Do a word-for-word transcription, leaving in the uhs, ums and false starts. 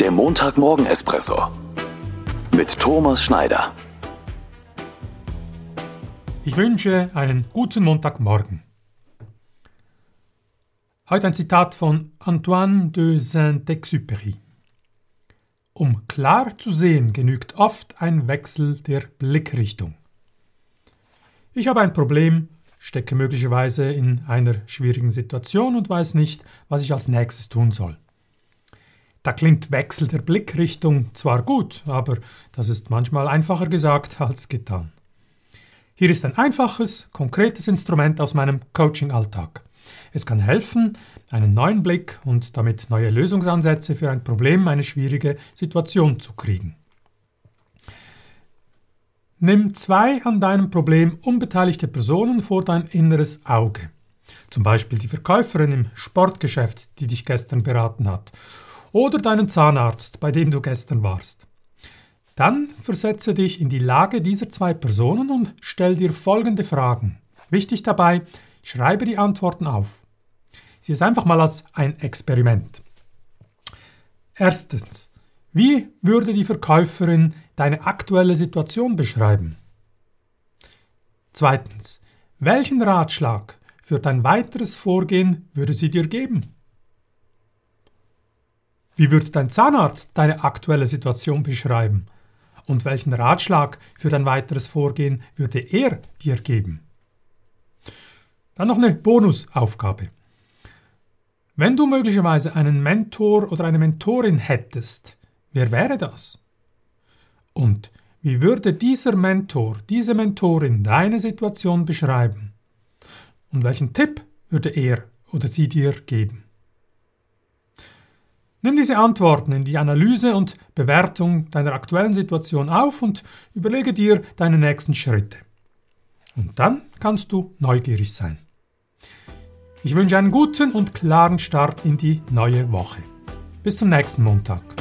Der Montagmorgen-Espresso mit Thomas Schneider. Ich wünsche einen guten Montagmorgen. Heute ein Zitat von Antoine de Saint-Exupéry. Um klar zu sehen, genügt oft ein Wechsel der Blickrichtung. Ich habe ein Problem, stecke möglicherweise in einer schwierigen Situation und weiß nicht, was ich als nächstes tun soll. Da klingt Wechsel der Blickrichtung zwar gut, aber das ist manchmal einfacher gesagt als getan. Hier ist ein einfaches, konkretes Instrument aus meinem Coaching-Alltag. Es kann helfen, einen neuen Blick und damit neue Lösungsansätze für ein Problem, eine schwierige Situation zu kriegen. Nimm zwei an deinem Problem unbeteiligte Personen vor dein inneres Auge. Zum Beispiel die Verkäuferin im Sportgeschäft, die dich gestern beraten hat, oder deinen Zahnarzt, bei dem du gestern warst. Dann versetze dich in die Lage dieser zwei Personen und stell dir folgende Fragen. Wichtig dabei, schreibe die Antworten auf. Sieh es einfach mal als ein Experiment. Erstens, wie würde die Verkäuferin deine aktuelle Situation beschreiben? Zweitens, welchen Ratschlag für dein weiteres Vorgehen würde sie dir geben? Wie würde dein Zahnarzt deine aktuelle Situation beschreiben? Und welchen Ratschlag für dein weiteres Vorgehen würde er dir geben? Dann noch eine Bonusaufgabe. Wenn du möglicherweise einen Mentor oder eine Mentorin hättest, wer wäre das? Und wie würde dieser Mentor, diese Mentorin deine Situation beschreiben? Und welchen Tipp würde er oder sie dir geben? Nimm diese Antworten in die Analyse und Bewertung deiner aktuellen Situation auf und überlege dir deine nächsten Schritte. Und dann kannst du neugierig sein. Ich wünsche einen guten und klaren Start in die neue Woche. Bis zum nächsten Montag.